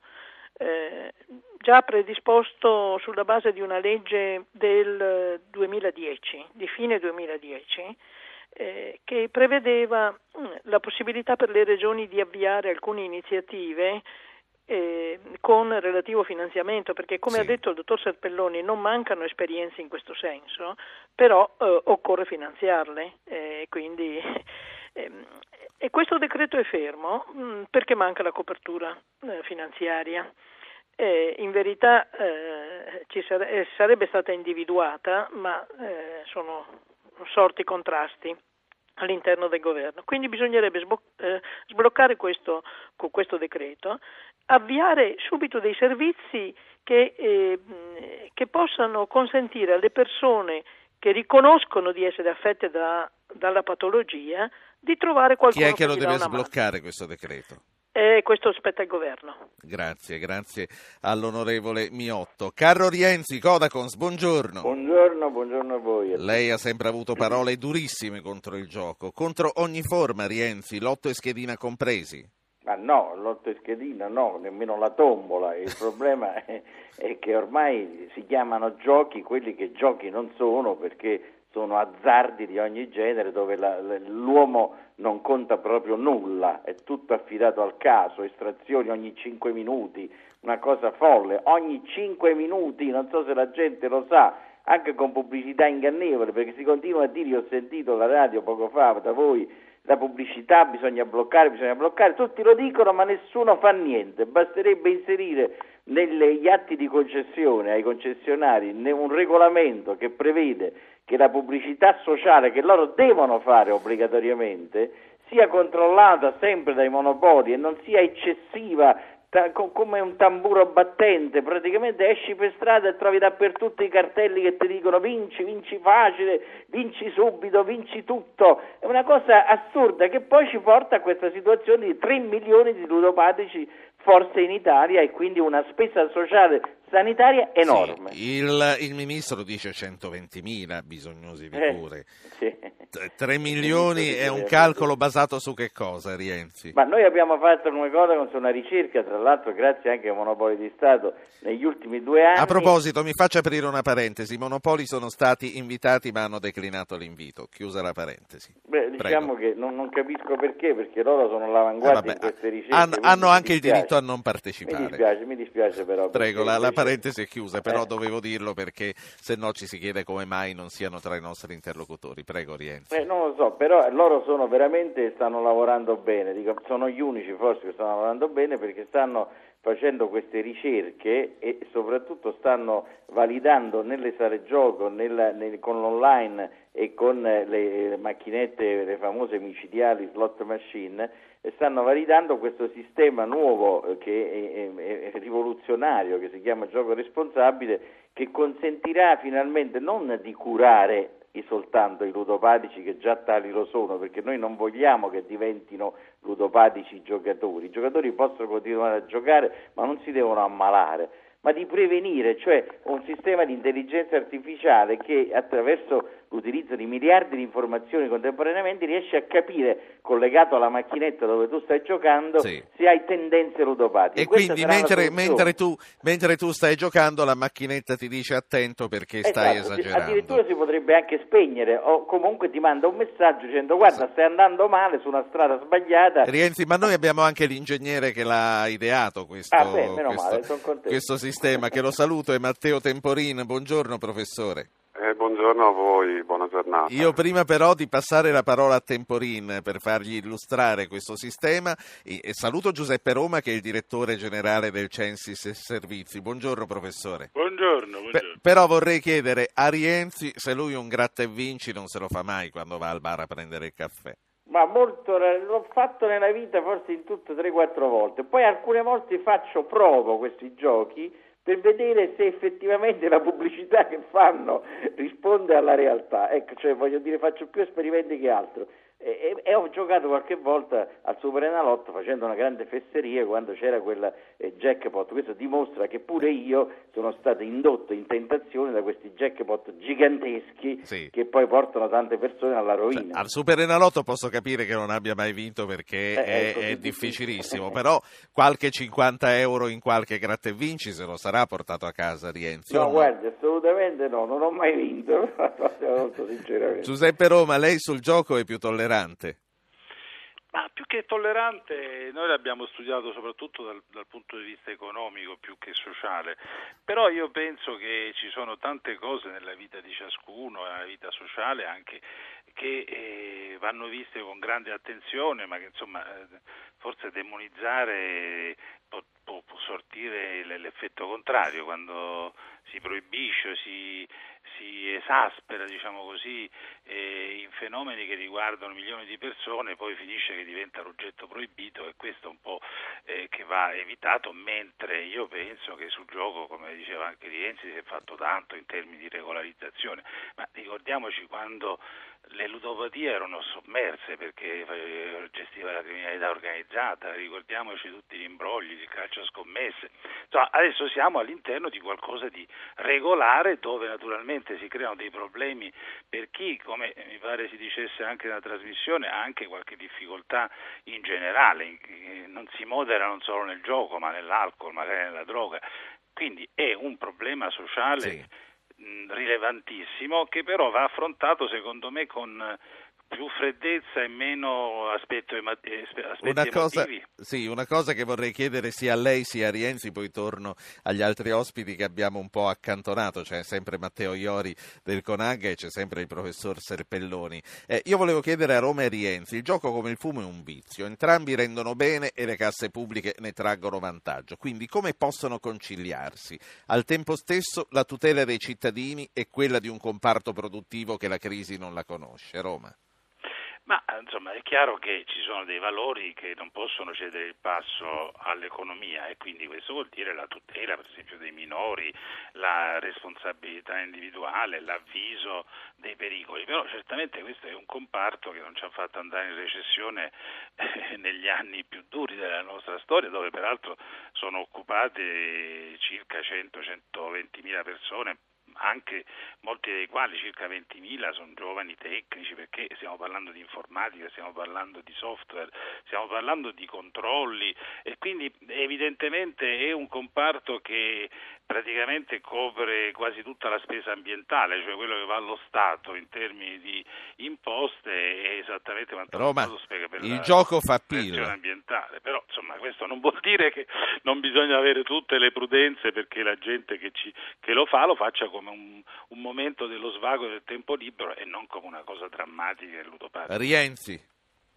Eh, già predisposto sulla base di una legge del duemiladieci, di fine duemiladieci, eh, che prevedeva mh, la possibilità per le regioni di avviare alcune iniziative eh, con relativo finanziamento, perché come sì. ha detto il dottor Serpelloni non mancano esperienze in questo senso, però eh, occorre finanziarle, eh, quindi eh, e questo decreto è fermo mh, perché manca la copertura eh, finanziaria. Eh, in verità eh, ci sare- eh, sarebbe stata individuata, ma eh, sono sorti contrasti all'interno del governo. Quindi bisognerebbe sbo- eh, sbloccare questo con questo decreto, avviare subito dei servizi che, eh, che possano consentire alle persone che riconoscono di essere affette da, dalla patologia di trovare qualcuno che Chi è che lo deve sbloccare mano. questo decreto? Eh, questo spetta al governo. Grazie, grazie all'onorevole Miotto. Carlo Rienzi, Codacons, buongiorno. Buongiorno, buongiorno a voi. Lei ha sempre avuto parole durissime contro il gioco, contro ogni forma, Rienzi, lotto e schedina compresi. Ma no, lotto e schedina no, nemmeno la tombola. Il problema è, è che ormai si chiamano giochi quelli che giochi non sono, perché sono azzardi di ogni genere dove la, l'uomo non conta proprio nulla, è tutto affidato al caso, estrazioni ogni cinque minuti, una cosa folle, ogni cinque minuti, non so se la gente lo sa, anche con pubblicità ingannevole, perché si continua a dire, io ho sentito la radio poco fa da voi, la pubblicità bisogna bloccare, bisogna bloccare, tutti lo dicono ma nessuno fa niente, basterebbe inserire negli atti di concessione ai concessionari un regolamento che prevede che la pubblicità sociale che loro devono fare obbligatoriamente sia controllata sempre dai monopoli e non sia eccessiva ta- come un tamburo battente, praticamente esci per strada e trovi dappertutto i cartelli che ti dicono vinci, vinci facile, vinci subito, vinci tutto, è una cosa assurda che poi ci porta a questa situazione di tre milioni di ludopatici forse in Italia e quindi una spesa sociale sanitaria enorme. Sì, il, il ministro dice centoventimila bisognosi di cure. Eh, sì. tre milioni è un calcolo basato su che cosa, Rienzi? Ma noi abbiamo fatto come cosa con una ricerca, tra l'altro grazie anche ai monopoli di Stato, negli ultimi due anni. A proposito, mi faccia aprire una parentesi, i monopoli sono stati invitati ma hanno declinato l'invito, chiusa la parentesi. Beh, diciamo Prego. che non, non capisco perché, perché loro sono all'avanguardia eh, vabbè, in queste ricerche. Hanno, hanno anche il diritto a non partecipare. Mi dispiace, mi dispiace però. Prego, la, la parentesi è chiusa, però eh. dovevo dirlo perché se no ci si chiede come mai non siano tra i nostri interlocutori. Prego, Rienzi. Eh, non lo so, però loro sono veramente, stanno lavorando bene, dico, sono gli unici forse che stanno lavorando bene perché stanno facendo queste ricerche e soprattutto stanno validando nelle sale gioco, nel, nel, con l'online e con le, le macchinette, le famose micidiali slot machine, e stanno validando questo sistema nuovo eh, che è, è, è rivoluzionario, che si chiama gioco responsabile, che consentirà finalmente non di curare soltanto i ludopatici, che già tali lo sono, perché noi non vogliamo che diventino ludopatici i giocatori. I giocatori possono continuare a giocare, ma non si devono ammalare, ma di prevenire, cioè un sistema di intelligenza artificiale che attraverso l'utilizzo di miliardi di informazioni contemporaneamente riesce a capire, collegato alla macchinetta dove tu stai giocando, sì, se hai tendenze ludopatiche. E quindi mentre, mentre, tu, mentre tu stai giocando la macchinetta ti dice attento perché stai esatto, esagerando. Addirittura si potrebbe anche spegnere, o comunque ti manda un messaggio dicendo guarda, stai andando male su una strada sbagliata. Rienzi, ma noi abbiamo anche l'ingegnere che l'ha ideato questo, ah, beh, meno questo, male, sono contento. questo sistema, che lo saluto, è Matteo Temporin. Buongiorno professore. Eh, buongiorno a voi, buona giornata. Io prima però di passare la parola a Temporin per fargli illustrare questo sistema, e, e saluto Giuseppe Roma, che è il direttore generale del Censis e Servizi. Buongiorno professore. Buongiorno, buongiorno. Pe- però vorrei chiedere a Rienzi se lui un gratta e vinci non se lo fa mai quando va al bar a prendere il caffè. Ma molto, l'ho fatto nella vita forse in tutto tre quattro volte, poi alcune volte faccio, provo questi giochi per vedere se effettivamente la pubblicità che fanno risponde alla realtà. Ecco, cioè voglio dire, faccio più esperimenti che altro. E, e, e ho giocato qualche volta al Superenalotto facendo una grande fesseria quando c'era quella eh, jackpot. Questo dimostra che pure io sono stato indotto in tentazione da questi jackpot giganteschi, sì, che poi portano tante persone alla rovina. Cioè, al Superenalotto posso capire che non abbia mai vinto perché eh, è, è, è difficilissimo, però qualche cinquanta euro in qualche gratta e vinci se lo sarà portato a casa Rienzi. No, no? guardi, assolutamente no, non ho mai vinto, molto sinceramente. Giuseppe Roma, lei sul gioco è più tollerante? Ma più che tollerante, noi l'abbiamo studiato soprattutto dal, dal punto di vista economico più che sociale, però io penso che ci sono tante cose nella vita di ciascuno, nella vita sociale anche, che eh, vanno viste con grande attenzione, ma che insomma eh, forse demonizzare può, può, può sortire l'effetto contrario quando si proibisce, si si esaspera, diciamo così, eh, in fenomeni che riguardano milioni di persone, poi finisce che diventa l'oggetto proibito, e questo è un po' eh, che va evitato, mentre io penso che sul gioco, come diceva anche Rienzi, si è fatto tanto in termini di regolarizzazione, ma ricordiamoci quando le ludopatie erano sommerse perché gestiva la criminalità organizzata, ricordiamoci tutti gli imbrogli, il calcio a scommesse. Insomma, adesso siamo all'interno di qualcosa di regolare, dove naturalmente si creano dei problemi per chi, come mi pare si dicesse anche nella trasmissione, ha anche qualche difficoltà in generale, non si modera non solo nel gioco ma nell'alcol, magari nella droga, quindi è un problema sociale, sì, rilevantissimo, che però va affrontato secondo me con più freddezza e meno aspetto ema- aspetti una cosa, emotivi. Sì, una cosa che vorrei chiedere sia a lei sia a Rienzi, poi torno agli altri ospiti che abbiamo un po' accantonato, c'è sempre Matteo Iori del Conag e c'è sempre il professor Serpelloni. Eh, io volevo chiedere a Roma e Rienzi, il gioco come il fumo è un vizio, entrambi rendono bene e le casse pubbliche ne traggono vantaggio, quindi come possono conciliarsi al tempo stesso la tutela dei cittadini e quella di un comparto produttivo che la crisi non la conosce? Roma. Ma insomma è chiaro che ci sono dei valori che non possono cedere il passo all'economia, e quindi questo vuol dire la tutela per esempio dei minori, la responsabilità individuale, l'avviso dei pericoli, però certamente questo è un comparto che non ci ha fatto andare in recessione eh, negli anni più duri della nostra storia, dove peraltro sono occupate circa cento centoventimila persone, anche molti dei quali, circa ventimila, sono giovani tecnici, perché stiamo parlando di informatica, stiamo parlando di software, stiamo parlando di controlli, e quindi evidentemente è un comparto che praticamente copre quasi tutta la spesa ambientale, cioè quello che va allo Stato in termini di imposte è esattamente quanto Roma, lo Stato spiega per il la gioco fa gestione ambientale. Però insomma questo non vuol dire che non bisogna avere tutte le prudenze, perché la gente che, ci, che lo fa lo faccia come un, un momento dello svago del tempo libero e non come una cosa drammatica e ludopatica. Rienzi.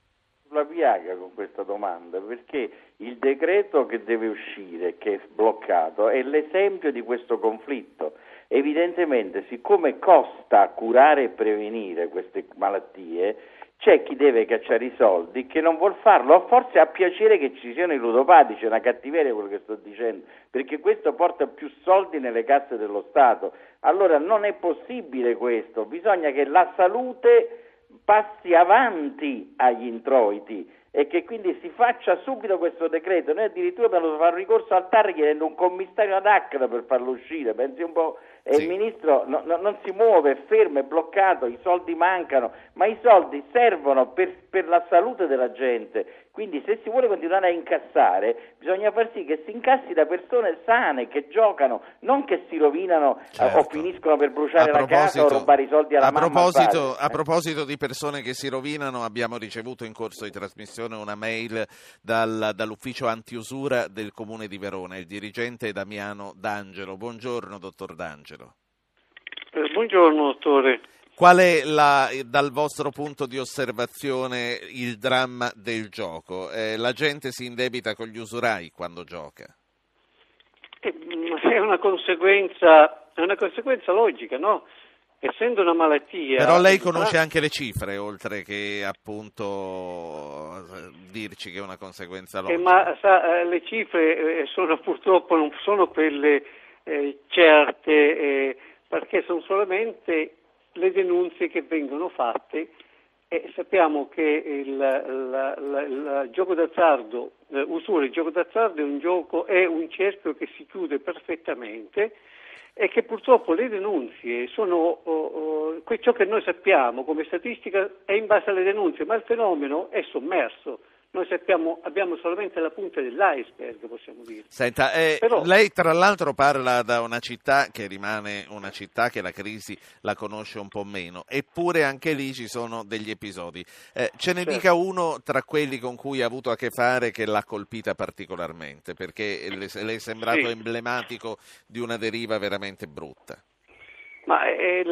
sulla piaga con questa domanda, perché il decreto che deve uscire, che è bloccato, è l'esempio di questo conflitto. Evidentemente, siccome costa curare e prevenire queste malattie, c'è chi deve cacciare i soldi che non vuol farlo, o forse ha piacere che ci siano i ludopatici. È una cattiveria quello che sto dicendo, perché questo porta più soldi nelle casse dello Stato. Allora non è possibile questo, bisogna che la salute passi avanti agli introiti e che quindi si faccia subito questo decreto. Noi addirittura dobbiamo fare un ricorso al T A R chiedendo un commissario ad acta per farlo uscire, pensi un po', e sì. Il ministro no, no, non si muove, è fermo, è bloccato, i soldi mancano, ma i soldi servono per, per la salute della gente, quindi se si vuole continuare a incassare bisogna far sì che si incassi da persone sane che giocano, non che si rovinano, certo. eh, o finiscono per bruciare la casa o rubare i soldi alla a mamma. Proposito, a eh. proposito di persone che si rovinano, abbiamo ricevuto in corso di trasmissione una mail dal, dall'ufficio antiusura del Comune di Verona. Il dirigente è Damiano D'Angelo. Buongiorno, dottor D'Angelo. Eh, buongiorno, dottore. Qual è, la, dal vostro punto di osservazione, il dramma del gioco? Eh, la gente si indebita con gli usurai quando gioca? Eh, è una conseguenza, è una conseguenza logica, no? Essendo una malattia... Però lei conosce anche le cifre, oltre che appunto dirci che è una conseguenza logica. Eh, ma sa, le cifre sono purtroppo non sono quelle eh, certe, eh, perché sono solamente le denunce che vengono fatte, e sappiamo che il, la, la, la, il gioco d'azzardo, eh, usura, il gioco d'azzardo è un gioco, è un cerchio che si chiude perfettamente, e che purtroppo le denunce sono oh, oh, ciò che noi sappiamo come statistica è in base alle denunce, ma il fenomeno è sommerso. Noi sappiamo, abbiamo solamente la punta dell'iceberg, possiamo dire. Senta, eh, Però, lei tra l'altro parla da una città che rimane una città che la crisi la conosce un po' meno, eppure anche lì ci sono degli episodi. Eh, ce ne certo. dica uno tra quelli con cui ha avuto a che fare che l'ha colpita particolarmente, perché le, le è sembrato sì. emblematico di una deriva veramente brutta. Ma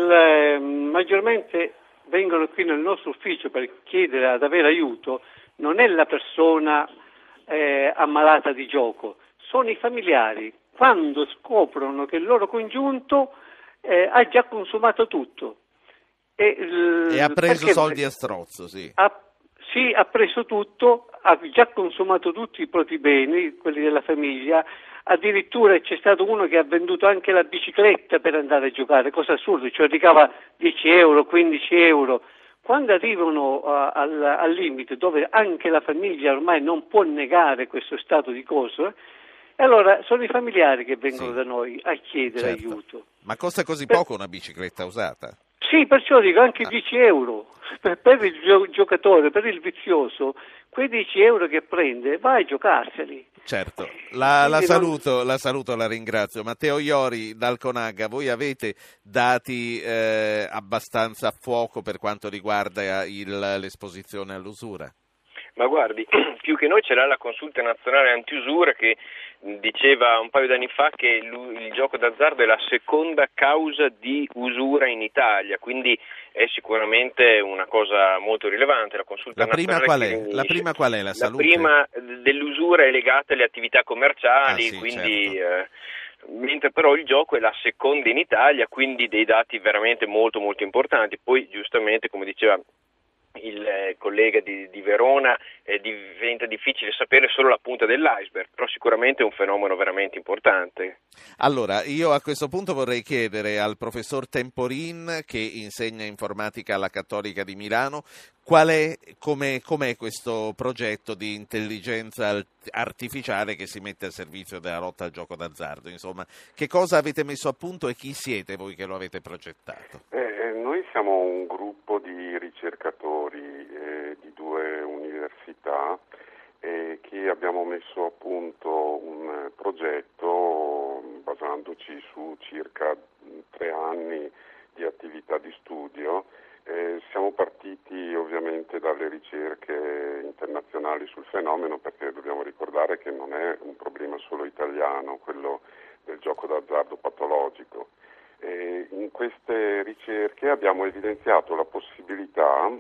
il, maggiormente vengono qui nel nostro ufficio per chiedere ad avere aiuto. Non è la persona eh, ammalata di gioco, sono i familiari, quando scoprono che il loro congiunto eh, ha già consumato tutto. E, l- e ha preso soldi a strozzo, sì. Ha, sì, ha preso tutto, ha già consumato tutti i propri beni, quelli della famiglia, addirittura c'è stato uno che ha venduto anche la bicicletta per andare a giocare, cosa assurda, cioè ricava dieci euro, quindici euro. Quando arrivano uh, al, al limite dove anche la famiglia ormai non può negare questo stato di cose, e allora sono i familiari che vengono sì. da noi a chiedere certo. aiuto. Ma costa così per... poco una bicicletta usata? Sì, perciò dico anche ah. dieci euro. Per, per il gio- giocatore, per il vizioso, quei dieci euro che prende, vai a giocarseli. Certo, la, la, saluto, la saluto, la ringrazio. Matteo Iori dal Conaga, voi avete dati eh, abbastanza a fuoco per quanto riguarda il, l'esposizione all'usura? Ma guardi, più che noi c'era la Consulta Nazionale Antiusura che diceva un paio d'anni fa che il, il gioco d'azzardo è la seconda causa di usura in Italia, quindi è sicuramente una cosa molto rilevante. La Consulta la prima Nazionale qual è? La prima qual è? La, la salute? Prima dell'usura è legata alle attività commerciali, ah, sì, quindi... certo. eh, mentre però il gioco è la seconda in Italia, quindi dei dati veramente molto molto importanti. Poi giustamente, come diceva il eh, collega di, di Verona, eh, diventa difficile sapere solo la punta dell'iceberg, però sicuramente è un fenomeno veramente importante. Allora, io a questo punto vorrei chiedere al professor Temporin, che insegna informatica alla Cattolica di Milano, qual è, com'è, com'è questo progetto di intelligenza artificiale che si mette al servizio della lotta al gioco d'azzardo? Insomma, che cosa avete messo a punto e chi siete voi che lo avete progettato? Eh, noi siamo un gruppo di ricercatori eh, di due università eh, che abbiamo messo a punto un progetto basandoci su circa tre anni di attività di studio. Eh, siamo partiti ovviamente dalle ricerche internazionali sul fenomeno, perché dobbiamo ricordare che non è un problema solo italiano, quello del gioco d'azzardo patologico. Eh, in queste ricerche abbiamo evidenziato la possibilità eh,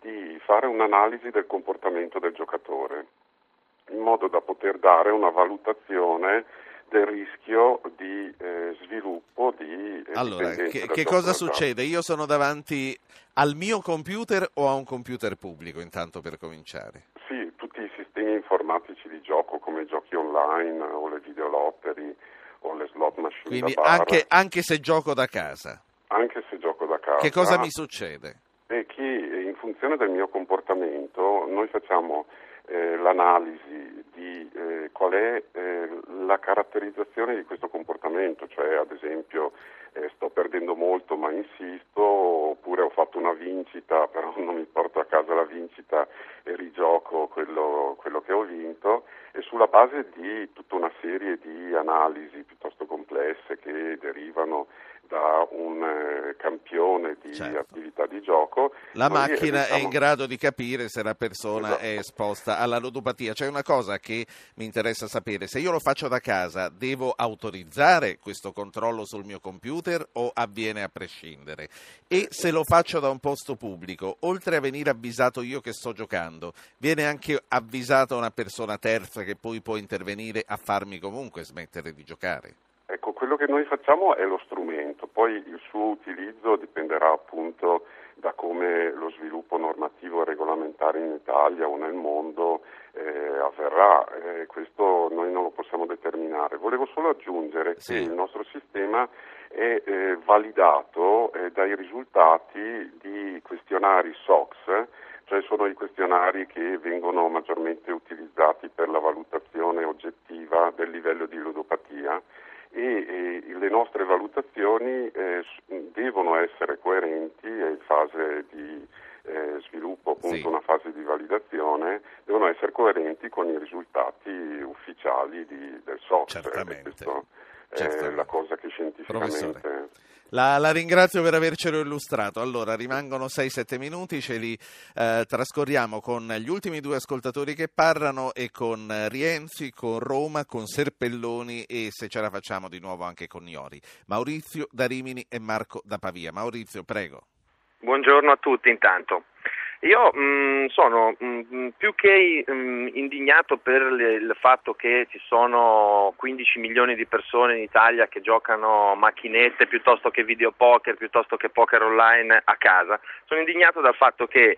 di fare un'analisi del comportamento del giocatore, in modo da poter dare una valutazione del rischio di eh, sviluppo di eh, allora, che, che cosa succede? Io sono davanti al mio computer o a un computer pubblico, intanto, per cominciare? Sì, tutti i sistemi informatici di gioco come i giochi online o le videolottery o le slot machine. Quindi da bar, anche, anche se gioco da casa? Anche se gioco da casa. Che cosa mi succede? È che in funzione del mio comportamento noi facciamo eh, l'analisi di eh, qual è eh, la caratterizzazione di questo comportamento, cioè ad esempio eh, sto perdendo molto ma insisto, oppure ho fatto una vincita però non mi porto a casa la vincita e rigioco quello, quello che ho vinto, e sulla base di tutta una serie di analisi piuttosto complesse che derivano da un eh, campione di certo. attività di gioco. La macchina diciamo... è in grado di capire se la persona esatto. è esposta alla ludopatia. C'è una cosa che mi interessa sapere: se io lo faccio da casa, devo autorizzare questo controllo sul mio computer o avviene a prescindere? E se lo faccio da un posto pubblico, oltre a venire avvisato io che sto giocando, viene anche avvisata una persona terza che poi può intervenire a farmi comunque smettere di giocare? Ecco, quello che noi facciamo è lo strumento, poi il suo utilizzo dipenderà appunto da come lo sviluppo normativo e regolamentare in Italia o nel mondo eh, avverrà, eh, questo noi non lo possiamo determinare. Volevo solo aggiungere sì. che il nostro sistema è eh, validato eh, dai risultati di questionari S O X, cioè sono i questionari che vengono maggiormente utilizzati per la valutazione oggettiva del livello di ludopatia. E, e le nostre valutazioni eh, devono essere coerenti, è in fase di eh, sviluppo, appunto sì. una fase di validazione, devono essere coerenti con i risultati ufficiali di, del software. Certamente. Questo Certamente. è la cosa che scientificamente... Professore. La, la ringrazio per avercelo illustrato. Allora, rimangono sei sette minuti, ce li eh, trascorriamo con gli ultimi due ascoltatori che parlano e con Rienzi, con Roma, con Serpelloni e, se ce la facciamo, di nuovo anche con Iori. Maurizio da Rimini e Marco da Pavia. Maurizio, prego. Buongiorno a tutti intanto. Io mh, sono mh, più che mh, indignato per le, il fatto che ci sono quindici milioni di persone in Italia che giocano macchinette piuttosto che videopoker, piuttosto che poker online a casa. Sono indignato dal fatto che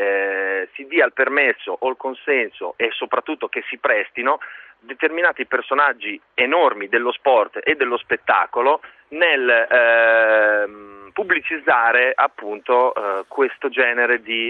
eh, si dia il permesso o il consenso e soprattutto che si prestino determinati personaggi enormi dello sport e dello spettacolo nel eh, pubblicizzare appunto eh, questo genere di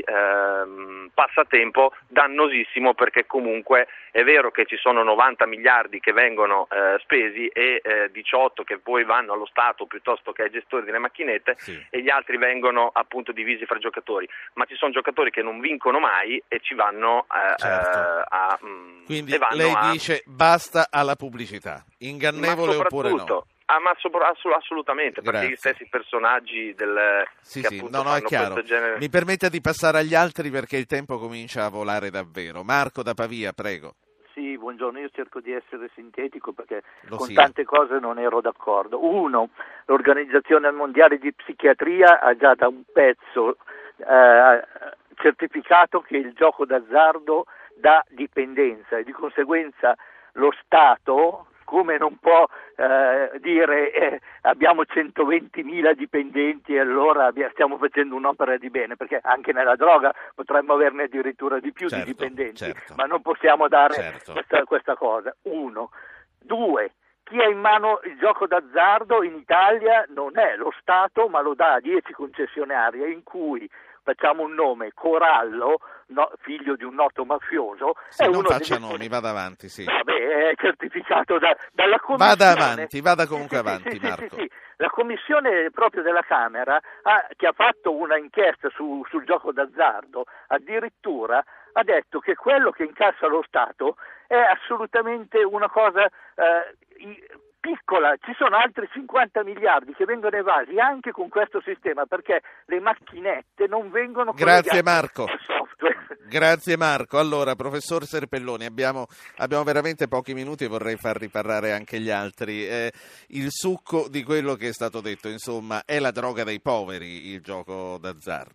eh, passatempo dannosissimo, perché comunque è vero che ci sono novanta miliardi che vengono eh, spesi e eh, diciotto che poi vanno allo Stato piuttosto che ai gestori delle macchinette, sì. e gli altri vengono appunto divisi fra giocatori, ma ci sono giocatori che non vincono mai e ci vanno eh, certo. eh, a mh, quindi lei a... dice basta alla pubblicità, ingannevole oppure no? Ah, ma sopra, assolutamente, perché Grazie. gli stessi personaggi del sì, che sì. appunto no, no, è fanno chiaro. questo genere. Mi permetta di passare agli altri perché il tempo comincia a volare davvero. Marco da Pavia, prego. Sì, buongiorno, io cerco di essere sintetico perché Lo con sia. tante cose non ero d'accordo. Uno, l'Organizzazione Mondiale di Psichiatria ha già da un pezzo eh, certificato che il gioco d'azzardo dà dipendenza e di conseguenza lo Stato, come non può eh, dire eh, abbiamo centoventimila dipendenti e allora stiamo facendo un'opera di bene, perché anche nella droga potremmo averne addirittura di più certo, di dipendenti, certo. ma non possiamo dare certo. questa, questa cosa. Uno. Due. Chi ha in mano il gioco d'azzardo in Italia non è lo Stato, ma lo dà a dieci concessionarie, in cui facciamo un nome, Corallo, no, figlio di un noto mafioso. Sì, è non uno faccia degli... nomi, vada avanti, sì. Vabbè, è certificato da, dalla Commissione. Vada avanti, vada comunque sì, sì, avanti, sì, sì, Marco. sì, sì. La Commissione proprio della Camera, ha, che ha fatto una inchiesta su, sul gioco d'azzardo, addirittura ha detto che quello che incassa lo Stato è assolutamente una cosa eh, piccola, ci sono altri cinquanta miliardi che vengono evasi anche con questo sistema, perché le macchinette non vengono Grazie collegate Marco. al software. Grazie Marco. Allora, professor Serpelloni, abbiamo, abbiamo veramente pochi minuti e vorrei far riparlare anche gli altri. Eh, il succo di quello che è stato detto, insomma, è la droga dei poveri, il gioco d'azzardo.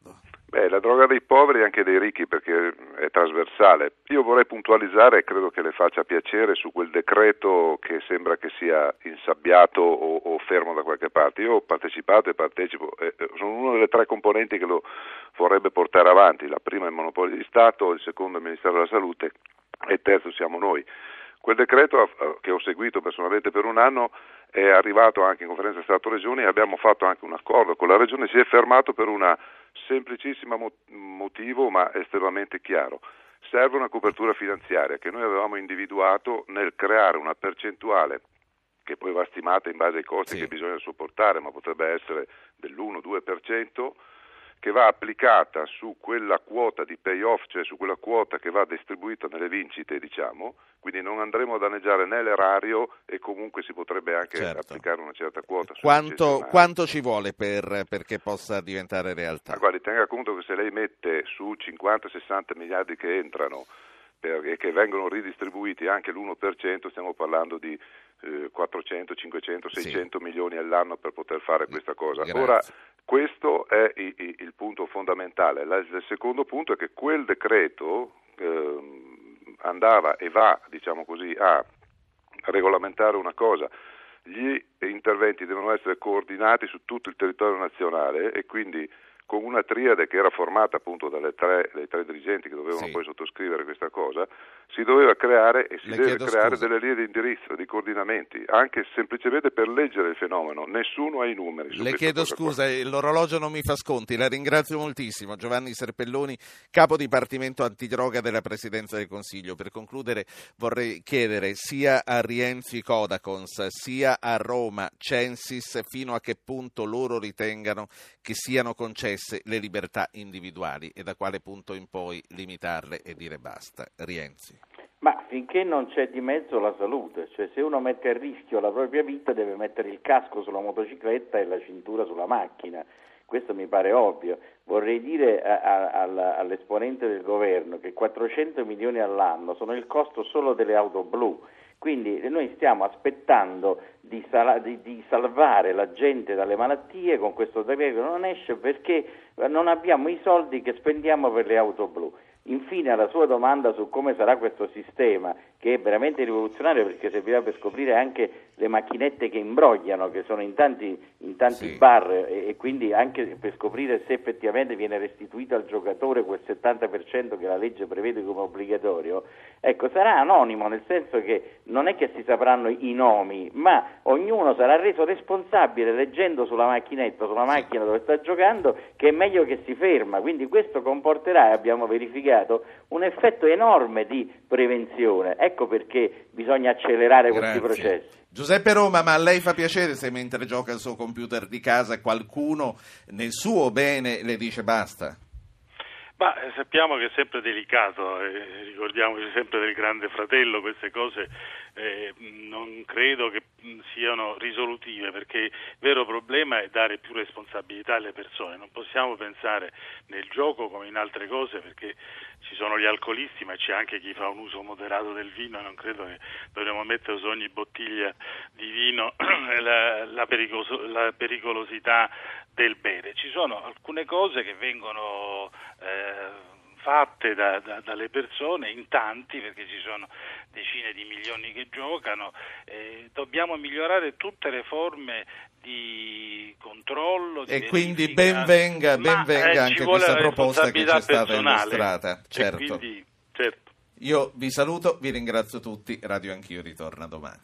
Beh, la droga dei poveri e anche dei ricchi, perché è trasversale. Io vorrei puntualizzare, e credo che le faccia piacere, su quel decreto che sembra che sia insabbiato o, o fermo da qualche parte. Io ho partecipato e partecipo, eh, sono una delle tre componenti che lo vorrebbe portare avanti. La prima è il Monopolio di Stato, il secondo è il Ministero della Salute e il terzo siamo noi. Quel decreto, che ho seguito personalmente per un anno, è arrivato anche in conferenza Stato-Regioni e abbiamo fatto anche un accordo con la Regione. Si è fermato per un semplicissimo motivo, ma estremamente chiaro. Serve una copertura finanziaria che noi avevamo individuato nel creare una percentuale che poi va stimata in base ai costi sì. che bisogna sopportare, ma potrebbe essere dell'uno due per cento, che va applicata su quella quota di payoff, cioè su quella quota che va distribuita nelle vincite, diciamo, quindi non andremo a danneggiare né l'erario e comunque si potrebbe anche certo. applicare una certa quota. Quanto, quanto ci vuole per, perché possa diventare realtà? Ma guardi, tenga conto che se lei mette su cinquanta sessanta miliardi che entrano e che vengono ridistribuiti anche l'uno per cento, stiamo parlando di eh, quattrocento, cinquecento, seicento sì. milioni all'anno per poter fare questa cosa. Grazie. Ora, questo è il, il punto fondamentale. Il secondo punto è che quel decreto eh, andava e va, diciamo così, a regolamentare una cosa. Gli interventi devono essere coordinati su tutto il territorio nazionale e quindi con una triade che era formata appunto dalle tre, dai tre dirigenti che dovevano sì. poi sottoscrivere questa cosa, si doveva creare e si Le deve creare scusa. delle linee di indirizzo, di coordinamenti, anche semplicemente per leggere il fenomeno. Nessuno ha i numeri. Su Le chiedo scusa, qua. L'orologio non mi fa sconti, la ringrazio moltissimo. Giovanni Serpelloni, capo dipartimento antidroga della Presidenza del Consiglio. Per concludere vorrei chiedere sia a Rienzi Codacons sia a Roma Censis fino a che punto loro ritengano che siano concesse le libertà individuali e da quale punto in poi limitarle e dire basta. Rienzi. Ma finché non c'è di mezzo la salute, cioè se uno mette a rischio la propria vita deve mettere il casco sulla motocicletta e la cintura sulla macchina, questo mi pare ovvio. Vorrei dire a, a, a, all'esponente del governo che quattrocento milioni all'anno sono il costo solo delle auto blu. Quindi noi stiamo aspettando di, sal- di, di salvare la gente dalle malattie con questo decreto che non esce perché non abbiamo i soldi che spendiamo per le auto blu. Infine alla sua domanda su come sarà questo sistema, che è veramente rivoluzionario perché servirà per scoprire anche le macchinette che imbrogliano, che sono in tanti, in tanti sì. bar e, e quindi anche per scoprire se effettivamente viene restituito al giocatore quel settanta per cento che la legge prevede come obbligatorio. Ecco, sarà anonimo, nel senso che non è che si sapranno i nomi, ma ognuno sarà reso responsabile leggendo sulla macchinetta, sulla macchina dove sta giocando, che è meglio che si ferma. Quindi questo comporterà, abbiamo verificato, un effetto enorme di prevenzione. Ecco perché bisogna accelerare Grazie. questi processi. Giuseppe Roma, ma a lei fa piacere se mentre gioca al suo computer di casa qualcuno nel suo bene le dice basta? Ma eh, sappiamo che è sempre delicato, eh, ricordiamoci sempre del Grande Fratello, queste cose eh, non credo che siano risolutive, perché il vero problema è dare più responsabilità alle persone. Non possiamo pensare nel gioco come in altre cose, perché ci sono gli alcolisti, ma c'è anche chi fa un uso moderato del vino e non credo che dovremmo mettere su ogni bottiglia di vino la, la, pericolo, la pericolosità del bere. Ci sono alcune cose che vengono eh, fatte da, da, dalle persone in tanti, perché ci sono decine di milioni che giocano. Eh, dobbiamo migliorare tutte le forme di controllo di e quindi ben venga, ben venga eh, anche questa proposta che ci è stata illustrata. Certo. Quindi, certo. Io vi saluto, vi ringrazio tutti. Radio Anch'io ritorna domani.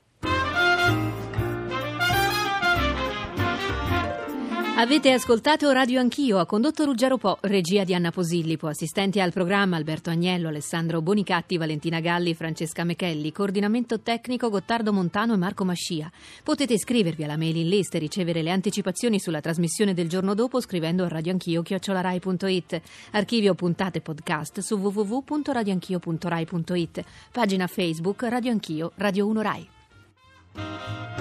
Avete ascoltato Radio Anch'io, ha condotto Ruggero Po, regia di Anna Posillipo, assistenti al programma Alberto Agnello, Alessandro Bonicatti, Valentina Galli, Francesca Mechelli, coordinamento tecnico Gottardo Montano e Marco Mascia. Potete iscrivervi alla mailing list e ricevere le anticipazioni sulla trasmissione del giorno dopo scrivendo a radioanchio chiocciola rai punto it. Archivio puntate podcast su w w w punto radioanchio punto rai punto it. Pagina Facebook Radio Anch'io, Radio uno Rai.